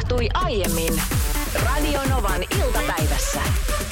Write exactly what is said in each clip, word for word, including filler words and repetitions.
tapahtui aiemmin Radio Novan iltapäivässä.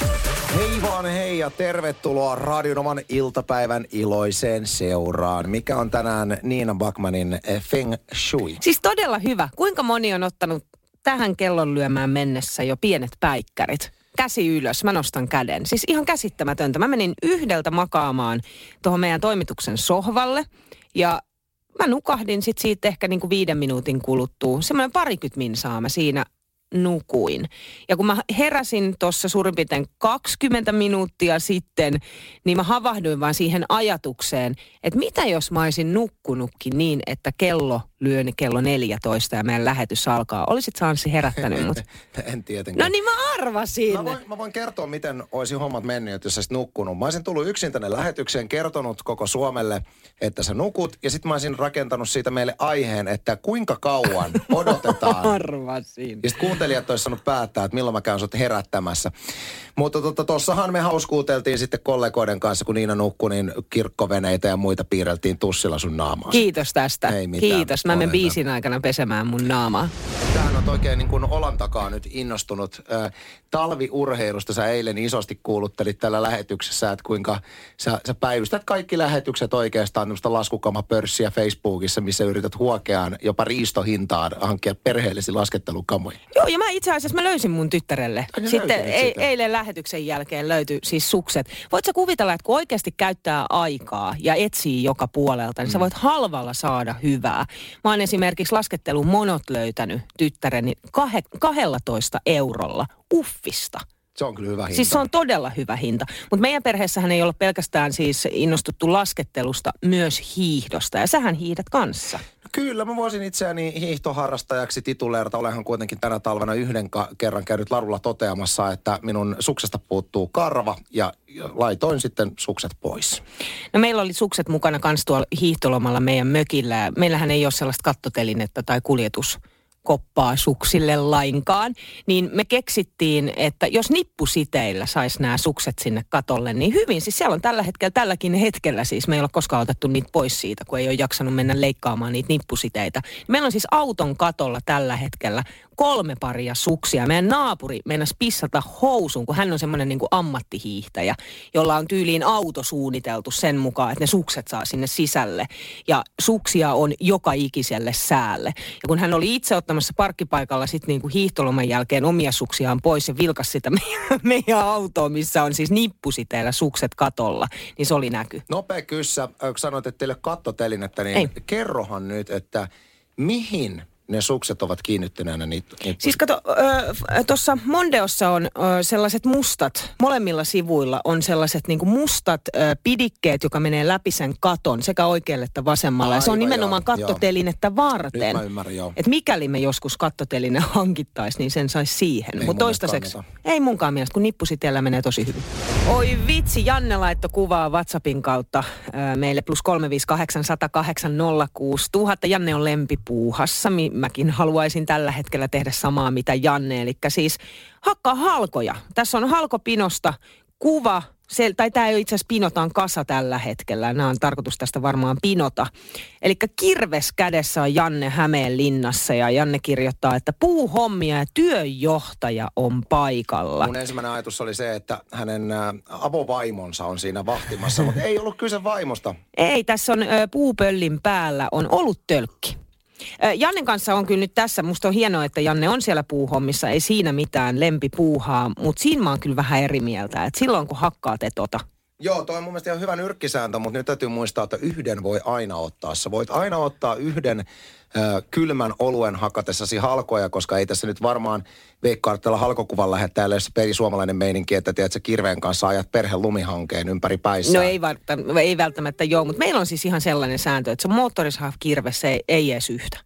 Hei vaan hei ja tervetuloa Radio Novan iltapäivän iloiseen seuraan. Mikä on tänään Niina Backmanin Feng Shui? Siis todella hyvä. Kuinka moni on ottanut tähän kellon lyömään mennessä jo pienet päikkärit? Käsi ylös, mä nostan käden. Siis ihan käsittämätöntä. Mä menin yhdeltä makaamaan tuohon meidän toimituksen sohvalle ja mä nukahdin sit siitä ehkä niinku viiden minuutin kuluttua. Semmoinen parikymmentä minsaa mä siinä nukuin. Ja kun mä heräsin tuossa suurin piirtein kaksikymmentä minuuttia sitten, niin mä havahduin vaan siihen ajatukseen, että mitä jos mä olisin nukkunutkin niin, että kello lyö kello neljätoista ja meidän lähetys alkaa. Olisit Sanssi herättänyt mut? En tietenkään. No niin mä arvasin. Mä voin, mä voin kertoa, miten olisi hommat mennyt, jos olisit nukkunut. Mä olisin tullut yksin tänne lähetykseen, kertonut koko Suomelle, että sä nukut. Ja sit mä olisin rakentanut siitä meille aiheen, että kuinka kauan odotetaan. Arvasin. Ja sit kuuntelijat olisi saanut päättää, että milloin mä käyn sut herättämässä. Mutta totta, tossahan me hauskuuteltiin sitten kollegoiden kanssa, kun Niina nukkui, niin kirkkoveneitä ja muita piirreltiin tussilla sun naamaa. Kiitos tästä. Ei mitään. Kiitos. Mä menen biisin aikana pesemään mun naamaa. Tämähän on oikein niin kuin olan takaa nyt innostunut. Äh, talviurheilusta sä eilen isosti kuuluttelit tällä lähetyksessä, että kuinka sä, sä päivystät kaikki lähetykset oikeastaan tämmöistä laskukamapörssiä Facebookissa, missä yrität huokeaan jopa riistohintaan hankkia perheellesi laskettelukamoja. Joo, ja mä itse asiassa mä löysin mun tyttärelle. Ai, Sitten löysit ei, sitä. eilen lähetyksen jälkeen löytyi siis sukset. Voit sä kuvitella, että kun oikeasti käyttää aikaa ja etsii joka puolelta, niin mm. sä voit halvalla saada hyvää. Mä oon esimerkiksi laskettelun monot löytänyt tyttäreni kahe, kahdellatoista eurolla uffista. Se on kyllä hyvä hinta. Siis se on todella hyvä hinta. Mutta meidän perheessähän ei ole pelkästään siis innostuttu laskettelusta, myös hiihdosta. Ja sähän hiihdät kanssa. No kyllä, mä voisin itseäni hiihtoharrastajaksi tituleerata. Olenhan kuitenkin tänä talvena yhden ka- kerran käynyt ladulla toteamassa, että minun suksesta puuttuu karva ja laitoin sitten sukset pois. No meillä oli sukset mukana kans tuolla hiihtolomalla meidän mökillä. Meillähän ei ole sellaista kattotelinettä tai kuljetus. koppaa suksille lainkaan, niin me keksittiin, että jos nippusiteillä saisi nämä sukset sinne katolle, niin hyvin. Siis siellä on tällä hetkellä, tälläkin hetkellä siis, me ei ole koskaan otettu niitä pois siitä, kun ei ole jaksanut mennä leikkaamaan niitä nippusiteitä. Meillä on siis auton katolla tällä hetkellä kolme paria suksia. Meidän naapuri meinasi pissata housun, kun hän on semmoinen niin kuin ammattihiihtäjä, jolla on tyyliin auto suunniteltu sen mukaan, että ne sukset saa sinne sisälle. Ja suksia on joka ikiselle säälle. Ja kun hän oli itse ottamassa parkkipaikalla sitten niin kuin hiihtoloman jälkeen omia suksiaan pois ja vilkas sitä meidän, meidän autoa, missä on siis nippusiteillä sukset katolla, niin se oli näky. Nopea kyssä, kun sanoit, että teille kattotelinettä, niin Ei. kerrohan nyt, että mihin ne sukset ovat kiinnittyneenä niitä? Siis kato, tuossa Mondeossa on ö, sellaiset mustat, molemmilla sivuilla on sellaiset niinku mustat ö, pidikkeet, joka menee läpi sen katon sekä oikealle että vasemmalle. Ja se on Aivan, nimenomaan joo, kattotelinettä varten. Nyt mä ymmärrän, joo. Et mikäli me joskus kattoteline hankittaisiin, niin sen saisi siihen. Ei Mutta mun toistaiseksi, mielestä ei munkaan mielestä, kun nippusiteellä menee tosi hyvin. Oi vitsi, Janne laittoi kuvaa WhatsAppin kautta ö, meille plus kolme viisi kahdeksan nolla nolla kahdeksan nolla kuusi nolla nolla nolla. Janne on lempipuuhassa. Mäkin haluaisin tällä hetkellä tehdä samaa mitä Janne, eli siis hakkaa halkoja. Tässä on halkopinosta kuva, se, tai tämä ei ole itse asiassa pinotaan kasa tällä hetkellä, nämä on tarkoitus tästä varmaan pinota. Eli kirves kädessä on Janne Hämeenlinnassa ja Janne kirjoittaa, että puuhommia ja työjohtaja on paikalla. Mun ensimmäinen ajatus oli se, että hänen ä, avovaimonsa on siinä vahtimassa, mutta ei ollut kyse vaimosta. Ei, tässä on ö, puupöllin päällä on ollut tölkki. Jannen kanssa on kyllä nyt tässä, musta on hienoa, että Janne on siellä puuhommissa, ei siinä mitään lempipuuhaa, mutta siinä mä oon kyllä vähän eri mieltä, että silloin kun hakkaat et ota. Joo, toi on mun mielestä ihan hyvä nyrkkisääntö, mutta nyt täytyy muistaa, että yhden voi aina ottaa. Sä voit aina ottaa yhden ö, kylmän oluen hakatessasi halkoja, koska ei tässä nyt varmaan Veikko Arttila halkokuvan lähettäjälle, jos peri suomalainen meininki, että tiedät, sä kirveen kanssa ajat perhelumihankeen ympäri päissään. No ei, välttämättä, ei välttämättä joo, mutta meillä on siis ihan sellainen sääntö, että se moottorisahkirves ei, ei edes yhtä.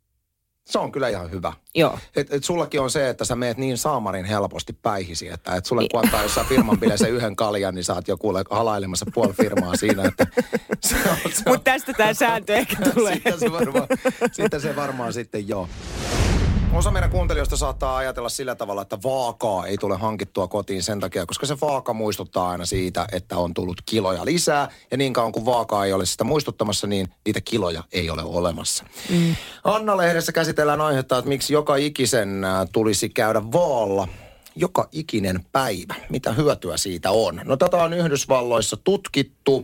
Se on kyllä ihan hyvä. Joo. Et, et sullakin on se, että sä meet niin saamarin helposti päihisi, että et sulle kun antaa jossain firman bileissä yhden kaljan, niin sä oot jo kuule halailemassa puoli firmaa siinä, että se on, se Mutta tästä tämä sääntö ehkä tulee. Sitten se varmaan, sitten se varmaan sitten joo. Osa meidän kuuntelijoista saattaa ajatella sillä tavalla, että vaakaa ei tule hankittua kotiin sen takia, koska se vaaka muistuttaa aina siitä, että on tullut kiloja lisää. Ja niin kauan kuin vaakaa ei ole sitä muistuttamassa, niin niitä kiloja ei ole olemassa. Mm. Anna-lehdessä käsitellään aihetta, että miksi joka ikisen tulisi käydä vaalla joka ikinen päivä. Mitä hyötyä siitä on? No tätä on Yhdysvalloissa tutkittu.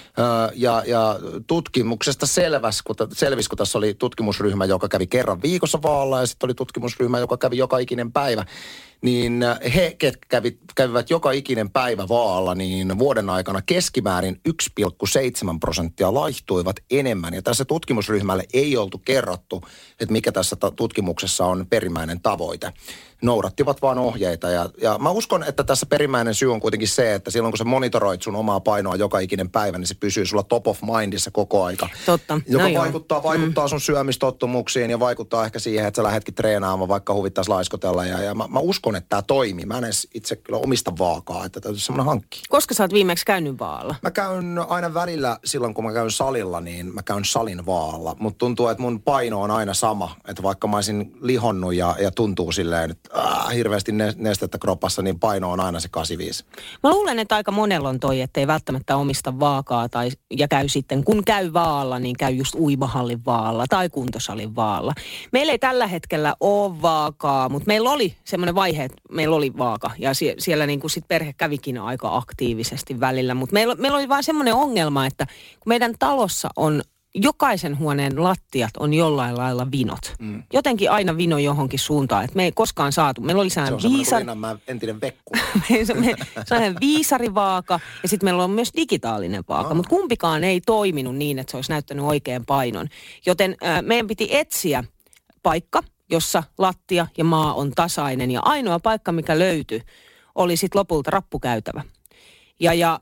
Ja, ja tutkimuksesta selväs, kun, selvisi, kun tässä oli tutkimusryhmä, joka kävi kerran viikossa vaalla ja sitten oli tutkimusryhmä, joka kävi joka ikinen päivä. Niin he, ketkä kävi, kävivät joka ikinen päivä vaalla, niin vuoden aikana keskimäärin yksi pilkku seitsemän prosenttia laihtuivat enemmän. Ja tässä tutkimusryhmälle ei oltu kerrottu, että mikä tässä tutkimuksessa on perimmäinen tavoite. Noudattivat vaan ohjeita. Ja, ja mä uskon, että tässä perimmäinen syy on kuitenkin se, että silloin kun sä monitoroit sun omaa painoa joka ikinen päivä, niin se pysyy sulla top of mindissa koko aika. Totta. Joka no vaikuttaa, vaikuttaa mm. sun syömistottumuksiin ja vaikuttaa ehkä siihen, että sä lähdetkin treenaamaan, vaikka huvittaisi laiskotella. Ja, ja mä, mä uskon, että tämä toimii. Mä en edes itse kyllä omista vaakaa, että täytyy semmoinen hankkia. Koska sä oot viimeksi käynyt vaalla? Mä käyn aina välillä silloin, kun mä käyn salilla, niin mä käyn salin vaalla. Mutta tuntuu, että mun paino on aina sama. Että vaikka mä olisin lihonnut ja, ja tuntuu silleen, että äh, hirveästi nestettä kropassa, niin paino on aina se kahdeksankymmentäviisi. Mä luulen, että aika monella on toi, ettei välttämättä omista vaakaa tai, ja käy sitten, kun käy vaalla, niin käy just uimahallin vaalla tai kuntosalin vaalla. Meillä ei tällä hetkellä ole vaakaa, mutta meillä oli semmoinen vaihe, että meillä oli vaaka ja sie, siellä niin kuin sit perhe kävikin aika aktiivisesti välillä, mutta meillä, meillä oli vaan semmoinen ongelma, että kun meidän talossa on jokaisen huoneen lattiat on jollain lailla vinot. Mm. Jotenkin aina vino johonkin suuntaan, että me ei koskaan saatu. Meillä oli sellainen viisari... Se on entinen vekku. sellainen viisarivaaka ja sitten meillä on myös digitaalinen vaaka, oh. mutta kumpikaan ei toiminut niin, että se olisi näyttänyt oikean painon. Joten äh, meidän piti etsiä paikka, jossa lattia ja maa on tasainen ja ainoa paikka, mikä löytyi, oli sitten lopulta rappukäytävä. Ja, ja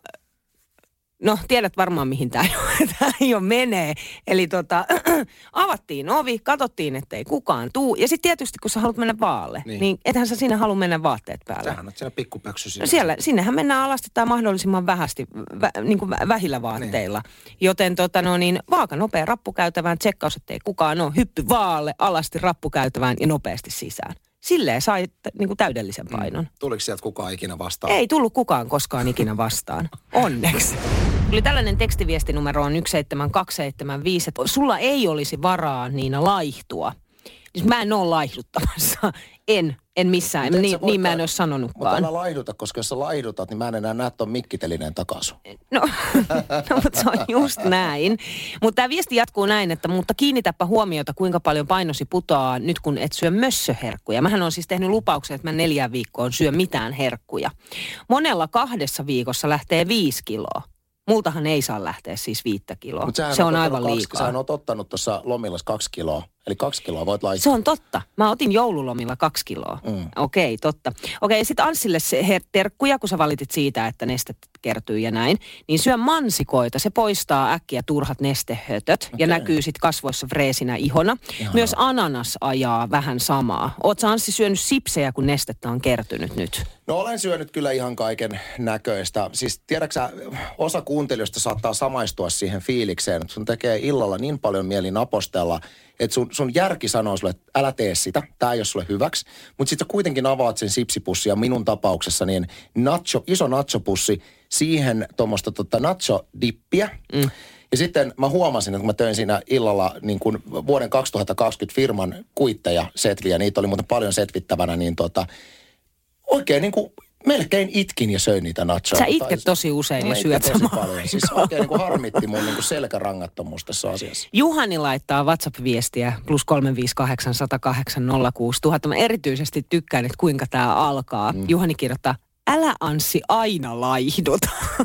no, tiedät varmaan, mihin tämä jo menee. Eli tota, avattiin ovi, katsottiin, ettei kukaan tuu. Ja sitten tietysti, kun sä haluat mennä vaalle, niin, niin ethän sä sinne halua mennä vaatteet päälle. Sähän on siellä pikkupöksy siinä. No siellä, sinnehän mennään alasti tai mahdollisimman vähästi, vä, niin kuin vähillä vaatteilla. Niin. Joten tota, no niin, vaaka nopea rappukäytävään, tsekkaus, ettei kukaan ole. Hyppy vaalle, alasti rappukäytävään ja nopeasti sisään. Silleen sai niin kuin täydellisen painon. Mm. Tuliko sieltä kukaan ikinä vastaan? Ei tullut kukaan koskaan ikinä vastaan. Onneksi. Tuli tällainen tekstiviestinumero on yksi seitsemän kaksi seitsemän viisi, että sulla ei olisi varaa Niina laihtua. Siis mä en ole laihduttamassa. En, en missään. Ni, niin mä en ole sanonutkaan. Mutta älä laihduta, koska jos sä laihdutat, niin mä en enää näe ton mikkitelineen takaisin. No, no mutta se on just näin. Mutta tämä viesti jatkuu näin, että mutta kiinnitäpä huomiota, kuinka paljon painosi putoaa nyt, kun et syö mössöherkkuja. Mähän on siis tehnyt lupauksen, että mä neljään viikkoon syö mitään herkkuja. Monella kahdessa viikossa lähtee viisi kiloa. Multahan ei saa lähteä siis viittä kiloa. Se on aivan liikaa. Sä oot ottanut tuossa lomilla kaksi kiloa. Eli kaksi kiloa voit laittaa. Se on totta. Mä otin joululomilla kaksi kiloa. Mm. Okei, totta. Okei, sitten Anssille se terkkuja, kun sä valitit siitä, että nestet kertyy ja näin. Niin syö mansikoita. Se poistaa äkkiä turhat nestehötöt okay. ja näkyy sitten kasvoissa freesinä ihona. Ihanaa. Myös ananas ajaa vähän samaa. Oot sä Anssi syönyt sipsejä, kun nestettä on kertynyt nyt? No olen syönyt kyllä ihan kaiken näköistä. Siis tiedäksä, osa kuuntelijoista saattaa samaistua siihen fiilikseen, että sun tekee illalla niin paljon mieli napostella, että sun, sun järki sanoo sulle, että älä tee sitä, tää ei ole sulle hyväksi. Mutta sitten sä kuitenkin avaat sen sipsipussin ja minun tapauksessa niin nacho, iso nachopussi, siihen tuommoista tota nacho-dippiä. Mm. Ja sitten mä huomasin, että kun mä töin siinä illalla niin kuin vuoden kaksituhattakaksikymmentä firman kuitteja, setviä, niitä oli muuten paljon setvittävänä, niin tota, oikein niin kuin melkein itkin ja söin niitä nachoja. Sä itket tosi usein ja syöt samaan. Siis oikein niin kuin harmitti mun niin kuin selkärangattomuus tässä asiassa. Juhani laittaa WhatsApp-viestiä plus kolme viisi kahdeksan yksi nolla kahdeksan nolla kuusi tuhatta. Mä erityisesti tykkään, että kuinka tää alkaa. Mm. Juhani kirjoittaa, älä Anssi aina laihdut.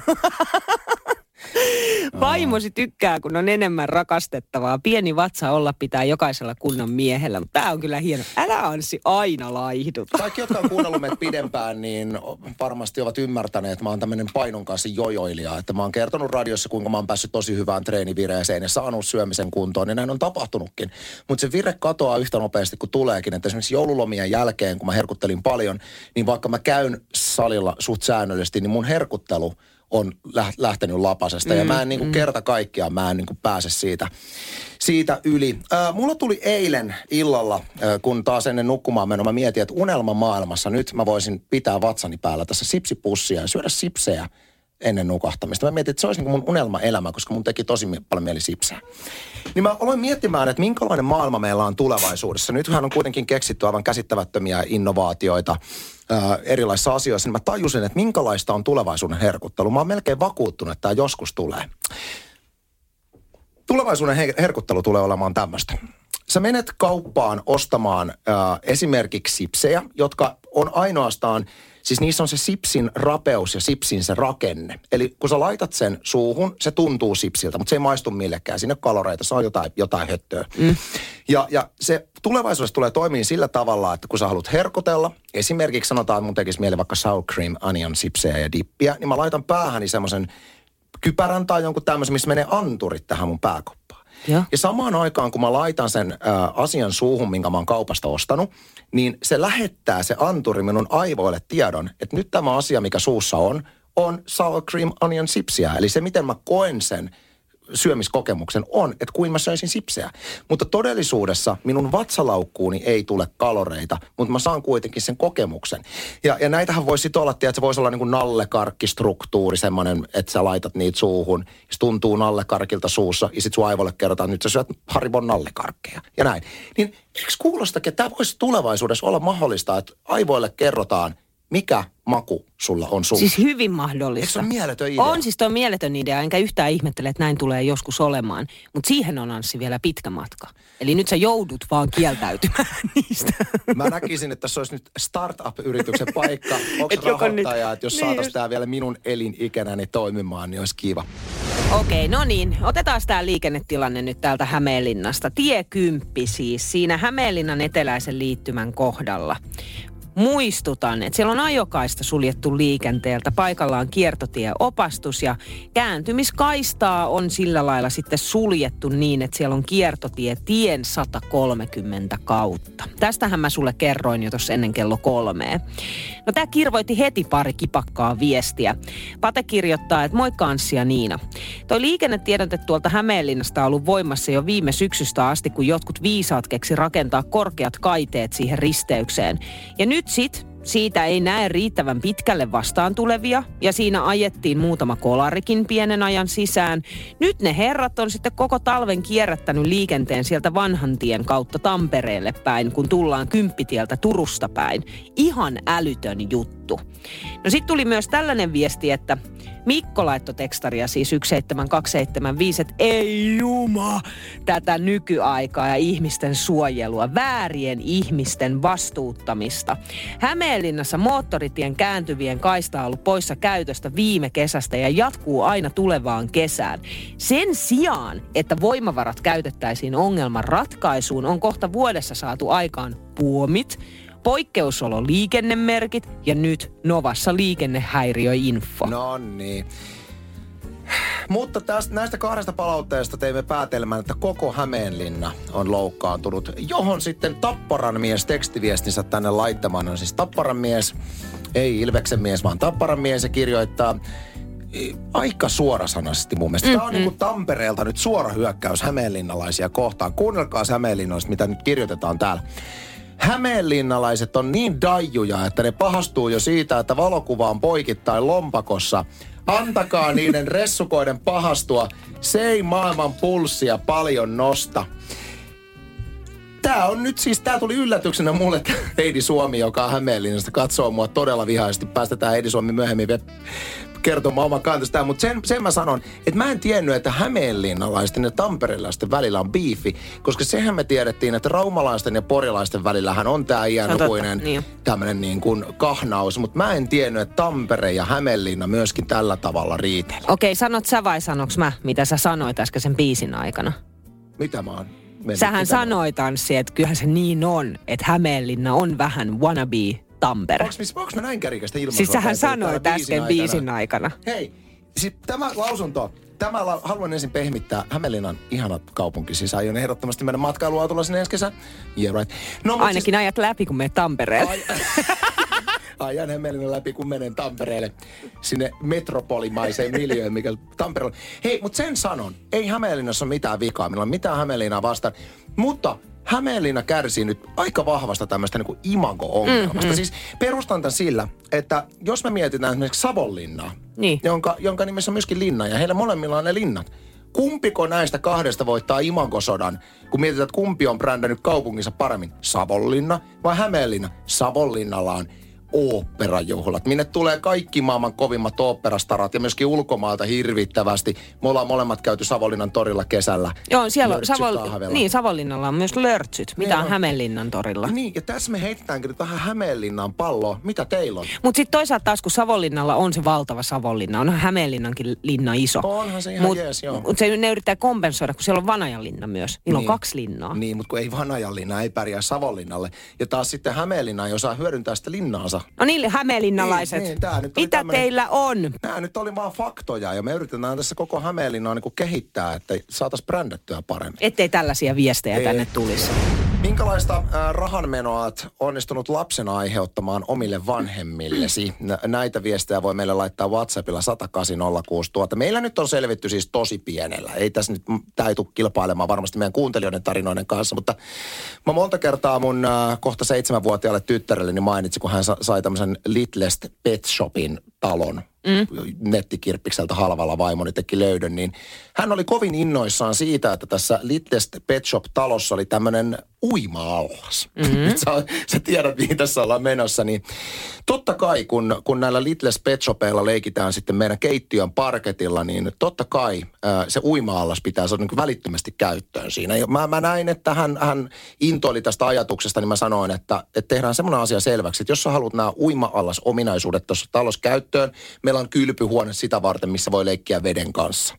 Vaimosi tykkää, kun on enemmän rakastettavaa. Pieni vatsa olla pitää jokaisella kunnon miehellä. Mutta tää on kyllä hieno. Älä Anssi aina laihduta. Kaikki, jotka on kuunnellut meitä pidempään, niin varmasti ovat ymmärtäneet, että mä oon tämmöinen painon kanssa jojoilija. Että mä oon kertonut radiossa, kuinka mä oon päässyt tosi hyvään treenivireeseen ja saanut syömisen kuntoon. Ja näin on tapahtunutkin. Mutta se vire katoaa yhtä nopeasti kuin tuleekin. Että esimerkiksi joululomien jälkeen, kun mä herkuttelin paljon, niin vaikka mä käyn salilla suht säännöllisesti, niin mun herkuttelu on lähtenyt lapasesta. Mm, ja mä en niin kuin mm. kerta kaikkiaan, mä en niin kuin pääse siitä, siitä yli. Äh, mulla tuli eilen illalla, äh, kun taas ennen nukkumaan menoa, mä mietin, että unelmamaailmassa nyt mä voisin pitää vatsani päällä tässä sipsipussia ja syödä sipsejä ennen nukahtamista. Mä mietin, että se olisi niin kuin mun unelmaelämä, koska mun teki tosi paljon mieli sipsää. Niin mä aloin miettimään, että minkälainen maailma meillä on tulevaisuudessa. Nythän on kuitenkin keksitty aivan käsittämättömiä innovaatioita ää, erilaisissa asioissa. Niin mä tajusin, että minkälaista on tulevaisuuden herkuttelu. Mä oon melkein vakuuttunut, että tämä joskus tulee. Tulevaisuuden her- herkuttelu tulee olemaan tämmöistä. Sä menet kauppaan ostamaan ää, esimerkiksi sipsejä, jotka on ainoastaan, siis niissä on se sipsin rapeus ja sipsin se rakenne. Eli kun sä laitat sen suuhun, se tuntuu sipsiltä, mutta se ei maistu millekään. Siinä on kaloreita, se on jotain, jotain höttöä. Mm. Ja, ja se tulevaisuudessa tulee toimia sillä tavalla, että kun sä haluat herkotella, esimerkiksi sanotaan, että mun tekisi mieli vaikka sour cream, onion, sipsejä ja dippiä, niin mä laitan päähäni semmoisen kypärän tai jonkun tämmöisen, missä menee anturit tähän mun pääkoppaan. Ja. ja samaan aikaan, kun mä laitan sen ä, asian suuhun, minkä mä oon kaupasta ostanut, niin se lähettää se anturi minun aivoille tiedon, että nyt tämä asia, mikä suussa on, on sour cream onion sipsiä. Eli se, miten mä koen sen syömiskokemuksen on, että kuin mä söisin sipseä. Mutta todellisuudessa minun vatsalaukkuuni ei tule kaloreita, mutta mä saan kuitenkin sen kokemuksen. Ja, ja näitähän voisi sitten olla, että se voisi olla niin kuin nallekarkkistruktuuri, semmoinen, että sä laitat niitä suuhun, se tuntuu nallekarkilta suussa, ja sitten sun aivoille kerrotaan, että nyt sä syöt Haribon nallekarkkeja. Ja näin. Niin eikö kuulostakin, että tämä voisi tulevaisuudessa olla mahdollista, että aivoille kerrotaan, mikä maku sulla on suussa. Siis hyvin mahdollista. Eikö se ole mieletön idea? On, siis toi on mieletön idea, enkä yhtään ihmettele, että näin tulee joskus olemaan. Mutta siihen on, Anssi, vielä pitkä matka. Eli nyt sä joudut vaan kieltäytymään niistä. Mä näkisin, että se olisi nyt startup-yrityksen paikka. Onko rahoittaja, että jos niin saataisiin tämä vielä minun elinikänäni toimimaan, niin olisi kiva. Okei, no niin. Otetaan tämä liikennetilanne nyt täältä Hämeenlinnasta. Tie kymppi siis, siinä Hämeenlinnan eteläisen liittymän kohdalla. Muistutan, että siellä on ajokaista suljettu liikenteeltä. Paikalla on kiertotieopastus ja kääntymiskaistaa on sillä lailla sitten suljettu niin, että siellä on kiertotie tien sata kolmekymmentä kautta. Tästähän mä sulle kerroin jo tuossa ennen kello kolmea. No tää kirvoitti heti pari kipakkaa viestiä. Pate kirjoittaa, että moikka Anssi ja Niina. Toi liikennetiedote tuolta Hämeenlinnasta on ollut voimassa jo viime syksystä asti, kun jotkut viisaat keksi rakentaa korkeat kaiteet siihen risteykseen. Ja nyt sit siitä ei näe riittävän pitkälle vastaan tulevia ja siinä ajettiin muutama kolarikin pienen ajan sisään. Nyt ne herrat on sitten koko talven kierrättänyt liikenteen sieltä vanhan tien kautta Tampereelle päin, kun tullaan Kymppitieltä Turusta päin. Ihan älytön juttu. No sit tuli myös tällainen viesti, että Mikko laittoi tekstaria siis yksi seitsemän kaksi seitsemän viisi, että ei juma tätä nykyaikaa ja ihmisten suojelua, väärien ihmisten vastuuttamista. Hämeenlinnassa moottoritien kääntyvien kaista on ollut poissa käytöstä viime kesästä ja jatkuu aina tulevaan kesään. Sen sijaan, että voimavarat käytettäisiin ongelman ratkaisuun, on kohta vuodessa saatu aikaan puomit, poikkeusolo liikennemerkit ja nyt Novassa liikennehäiriöinfo. No niin. Mutta tästä, näistä kahdesta palautteesta teimme päätelmän, että koko Hämeenlinna on loukkaantunut, johon sitten Tapparan mies tekstiviestinsä tänne laittamaan. On siis Tapparan mies, ei Ilveksen mies, vaan Tapparan mies ja kirjoittaa aika suorasanaisesti mun mielestä. Mm-hmm. Tämä on niin kuin Tampereelta nyt suora hyökkäys hämeenlinnalaisia kohtaan. Kuunnelkaa Hämeenlinnoista, mitä nyt kirjoitetaan täällä. Hämeenlinnalaiset on niin daijuja, että ne pahastuu jo siitä, että valokuva on poikittain lompakossa. Antakaa niiden ressukoiden pahastua. Se ei maailman pulssia paljon nosta. Tää on nyt siis, tää tuli yllätyksenä mulle, että Heidi Suomi, joka on Hämeenlinnasta, katsoo mua todella vihaisesti. Päästetään Heidi Suomi myöhemmin kertomaan oman kantansa. Mutta sen, sen mä sanon, että mä en tiennyt, että hämeenlinnalaisten ja tamperelaisten välillä on biifi, koska sehän me tiedettiin, että raumalaisten ja porilaisten välillähän on tää iänukuinen niin. tämmönen niin kuin kahnaus, mutta mä en tiennyt, että Tampere ja Hämeenlinna myöskin tällä tavalla riitelee. Okei, sanot sä vai sanoks mä, mitä sä sanoit äsken sen biisin aikana? Mitä mä oon? Mennyt, Sähän sanoit, Anssi, että kyllähän se niin on, että Hämeenlinna on vähän wannabe Tampere. Onks, onks mä näin kärkikästä ilmaisua? Siis sähän sanoit äsken biisin aikana. Hei, sit tämä lausunto, tämä la, haluan ensin pehmittää. Hämeenlinnan ihana kaupunki, siis aion ehdottomasti mennä matkailuautolla sinne ensi kesän. Yeah, right. No, ainakin siis ajat läpi, kun menet Tampereelle. ajan Hämeenlinnan läpi, kun menen Tampereelle sinne metropolimaiseen miljöön, mikä Tampereella. Hei, mutta sen sanon, ei Hämeenlinnassa ole mitään vikaa, meillä on mitään Hämeenlinnaa vastaan, mutta Hämeenlinna kärsii nyt aika vahvasta tämmöistä niin kuin imago-ongelmasta. Mm-hmm. Siis perustan tämän sillä, että jos me mietitään esimerkiksi Savonlinnaa, niin. jonka, jonka nimessä on myöskin linna, ja heillä molemmilla on ne linnat. Kumpiko näistä kahdesta voittaa imagosodan, kun mietitään, että kumpi on brändännyt kaupunginsa paremmin? Savonlinna vai Hämeenlinna? Savonlinnalla on oopperajuhlat, minne tulee kaikki maailman kovimmat oopperastarat ja myöskin ulkomaalta hirvittävästi. Me ollaan molemmat käyty Savonlinnan torilla kesällä. Joo, siellä on Savol... niin, Savonlinnalla on myös lörtsyt, mitä niin on Hämeenlinnan torilla. Niin, ja tässä me heitetäänkin nyt vähän Hämeenlinnan palloa. Mitä teillä on? Mutta sitten toisaalta taas, kun Savonlinnalla on se valtava Savonlinna, onhan Hämeenlinnankin linna iso. Onhan se ihan mut, jees, joo. Mutta se ne yrittää kompensoida, kun siellä on Vanajanlinna myös. Niillä niin. on kaksi linnaa. Niin, mutta kun ei Vanajanlinna, ei pärjää Savonlinnalle. Ja taas sitten Hämeenlinna ei osaa hyödyntää sitä linnaansa. No niille hämeenlinnalaiset. Niin, niin, mitä tämmönen, teillä on? Nämä nyt oli vaan faktoja ja me yritetään tässä koko Hämeenlinnaa niin kehittää, että saataisiin brändättyä paremmin. Ettei tällaisia viestejä ei. tänne tulisi. Minkälaista äh, rahanmenoa olet onnistunut lapsena aiheuttamaan omille vanhemmillesi? Näitä viestejä voi meille laittaa WhatsAppilla sata kahdeksan nolla kuusi nolla nolla nolla. Meillä nyt on selvitty siis tosi pienellä. Ei tässä nyt, tää ei tule kilpailemaan varmasti meidän kuuntelijoiden tarinoiden kanssa, mutta mä monta kertaa mun äh, kohta seitsemänvuotiaalle tyttärelleni mainitsin, kun hän sa- sai tämmöisen Littlest Pet Shopin talon. Mm. nettikirppikseltä halvalla vaimoni teki löydön, niin hän oli kovin innoissaan siitä, että tässä Littlest Pet Shop-talossa oli tämmöinen uima-allas. Mm-hmm. sä, sä tiedät, mihin tässä ollaan menossa, niin totta kai, kun, kun näillä Littlest Pet Shopeilla leikitään sitten meidän keittiön parketilla, niin totta kai ää, se uima-allas pitää saada niin välittömästi käyttöön siinä. Ja mä, mä näin, että hän, hän intoili tästä ajatuksesta, niin mä sanoin, että, että tehdään semmoinen asia selväksi, että jos sä haluat nämä uima-allas-ominaisuudet tuossa talossa käyttöön, meillä on kylpyhuone sitä varten, missä voi leikkiä veden kanssa.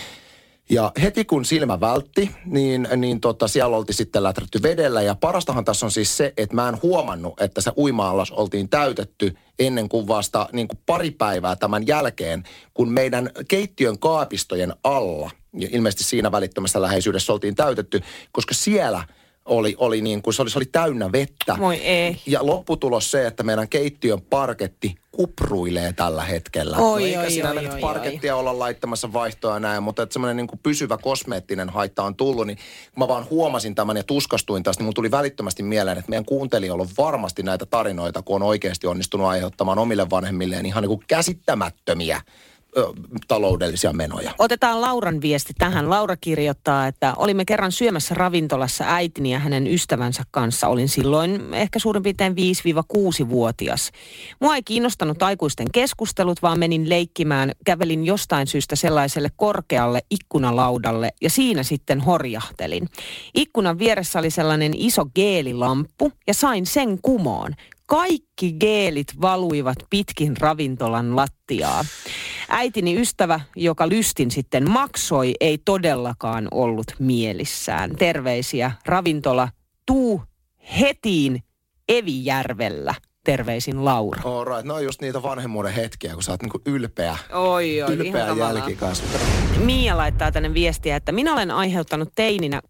Ja heti kun silmä vältti, niin, niin tota, siellä oltiin sitten läträtty vedellä. Ja parastahan tässä on siis se, että mä en huomannut, että se uima-allas oltiin täytetty ennen kuin vasta niin kuin pari päivää tämän jälkeen, kun meidän keittiön kaapistojen alla, ja ilmeisesti siinä välittömässä läheisyydessä oltiin täytetty, koska siellä oli, oli niin kuin se oli, se oli täynnä vettä. Moi ei. Ja lopputulos se, että meidän keittiön parketti kupruilee tällä hetkellä. Oi, no, oi, eikä oi, siinä oi, nyt oi, parkettia oi. olla laittamassa vaihtoa näin, mutta että semmoinen niin kuin pysyvä kosmeettinen haitta on tullut, niin kun mä vaan huomasin tämän ja tuskastuin tästä, niin mun tuli välittömästi mieleen, että meidän kuuntelijoilla on varmasti näitä tarinoita, kun on oikeasti onnistunut aiheuttamaan omille vanhemmilleen ihan niin kuin käsittämättömiä Ö, taloudellisia menoja. Otetaan Lauran viesti tähän. Laura kirjoittaa, että olimme kerran syömässä ravintolassa äitini ja hänen ystävänsä kanssa. Olin silloin ehkä suurin piirtein viisi-kuusi-vuotias. Mua ei kiinnostanut aikuisten keskustelut, vaan menin leikkimään. Kävelin jostain syystä sellaiselle korkealle ikkunalaudalle ja siinä sitten horjahtelin. Ikkunan vieressä oli sellainen iso geelilamppu ja sain sen kumoon. Kaikki geelit valuivat pitkin ravintolan lattiaa. Äitini ystävä, joka lystin sitten maksoi, ei todellakaan ollut mielissään. Terveisiä ravintola Tuu Hetiin Evijärvellä. Terveisin Laura. All right. No on just niitä vanhemmuuden hetkiä, kun sä oot niinku ylpeä. Oi, oi, ylpeä jälkikasvu. Mia laittaa tänne viestiä, että minä olen aiheuttanut teininä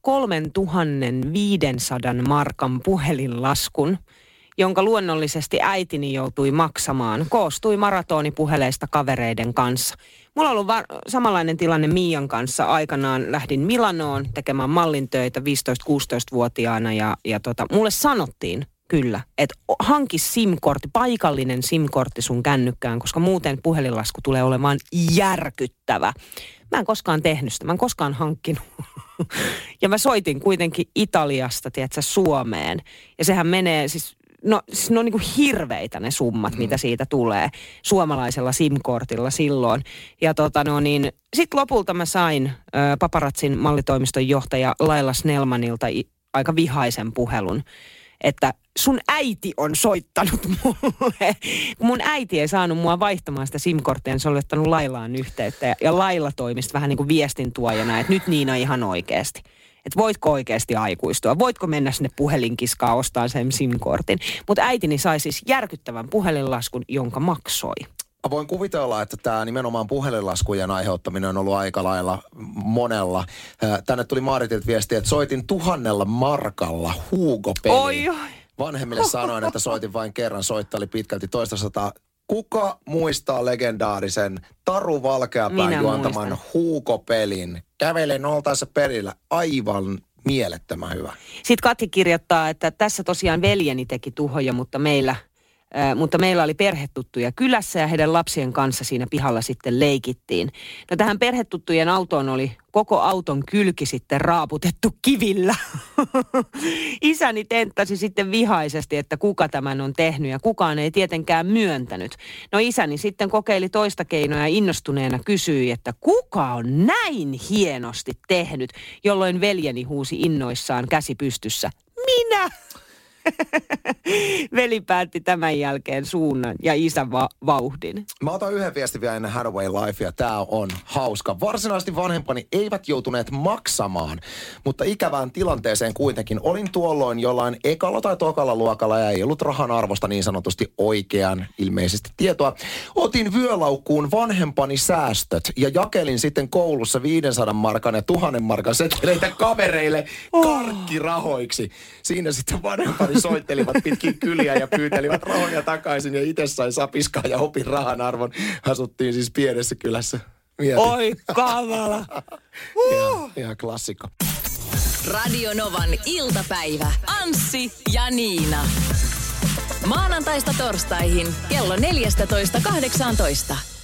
kolmetuhattaviisisataa markan puhelinlaskun, jonka luonnollisesti äitini joutui maksamaan. Koostui maratonipuheleista kavereiden kanssa. Mulla on ollut var- samanlainen tilanne Mian kanssa. Aikanaan lähdin Milanoon tekemään mallintöitä viisitoista-kuusitoista-vuotiaana ja, ja tota, mulle sanottiin kyllä, että hanki SIM-kortti, paikallinen SIM-kortti sun kännykkään, koska muuten puhelinlasku tulee olemaan järkyttävä. Mä en koskaan tehnyt sitä, mä en koskaan hankkinut. Ja mä soitin kuitenkin Italiasta, tiedätkö, Suomeen. Ja sehän menee siis... No, siis ne on niin kuin hirveitä ne summat, mm. mitä siitä tulee suomalaisella SIM-kortilla silloin. Ja tota no niin, sit lopulta mä sain ö, Paparatsin mallitoimiston johtaja Laila Snellmanilta i, aika vihaisen puhelun, että sun äiti on soittanut mulle. Kun mun äiti ei saanut mua vaihtamaan sitä SIM-korttia, niin se oli ottanut Lailaan yhteyttä. Ja, ja Laila toimisi vähän niin kuin viestintuojana, että nyt Niina ihan oikeasti. Että voitko oikeasti aikuistua? Voitko mennä sinne puhelinkiskaan ostaa sen SIM-kortin? Mutta äitini sai siis järkyttävän puhelinlaskun, jonka maksoi. Voin kuvitella, että tämä nimenomaan puhelinlaskujen aiheuttaminen on ollut aika lailla monella. Tänne tuli Maaritilta viestiä, että soitin tuhannella markalla Hugo-peliin. Oi, oi. Vanhemmille sanoin, että soitin vain kerran. Soitto oli pitkälti toista sataa. Kuka muistaa legendaarisen Taru Valkeapään juontaman Huuko-pelin? Kävelen oltaessa perillä. Aivan mielettömän hyvä. Sitten Kati kirjoittaa, että tässä tosiaan veljeni teki tuhoja, mutta meillä, äh, mutta meillä oli perhetuttuja kylässä ja heidän lapsien kanssa siinä pihalla sitten leikittiin. No tähän perhetuttujen autoon oli koko auton kylki sitten raaputettu kivillä. Isäni tenttasi sitten vihaisesti, että kuka tämän on tehnyt ja kukaan ei tietenkään myöntänyt. No isäni sitten kokeili toista keinoa ja innostuneena kysyi, että kuka on näin hienosti tehnyt, jolloin veljeni huusi innoissaan käsi pystyssä. Minä! Veli päätti tämän jälkeen suunnan ja isän va- vauhdin. Mä otan yhden viestin vielä ennen Hathaway Lifea. Tää on hauska. Varsinaisesti vanhempani eivät joutuneet maksamaan, mutta ikävään tilanteeseen kuitenkin. Olin tuolloin jollain ekalla tai tokalla luokalla ja ei ollut rahan arvosta niin sanotusti oikean ilmeisesti tietoa. Otin vyölaukkuun vanhempani säästöt ja jakelin sitten koulussa viisisataa markan ja tuhannen markan seteleitä kavereille karkkirahoiksi. Siinä sitten vanhempani soittelivat pitkin kyliä ja pyytelivät rahoja takaisin ja itse sain sapiskaa ja opin rahan arvon. Asuttiin siis pienessä kylässä. Mietin. Oi kamala! Uh. Ihan, ihan klassikko. Radio Novan iltapäivä. Anssi ja Niina. Maanantaista torstaihin kello neljätoista kahdeksantoista.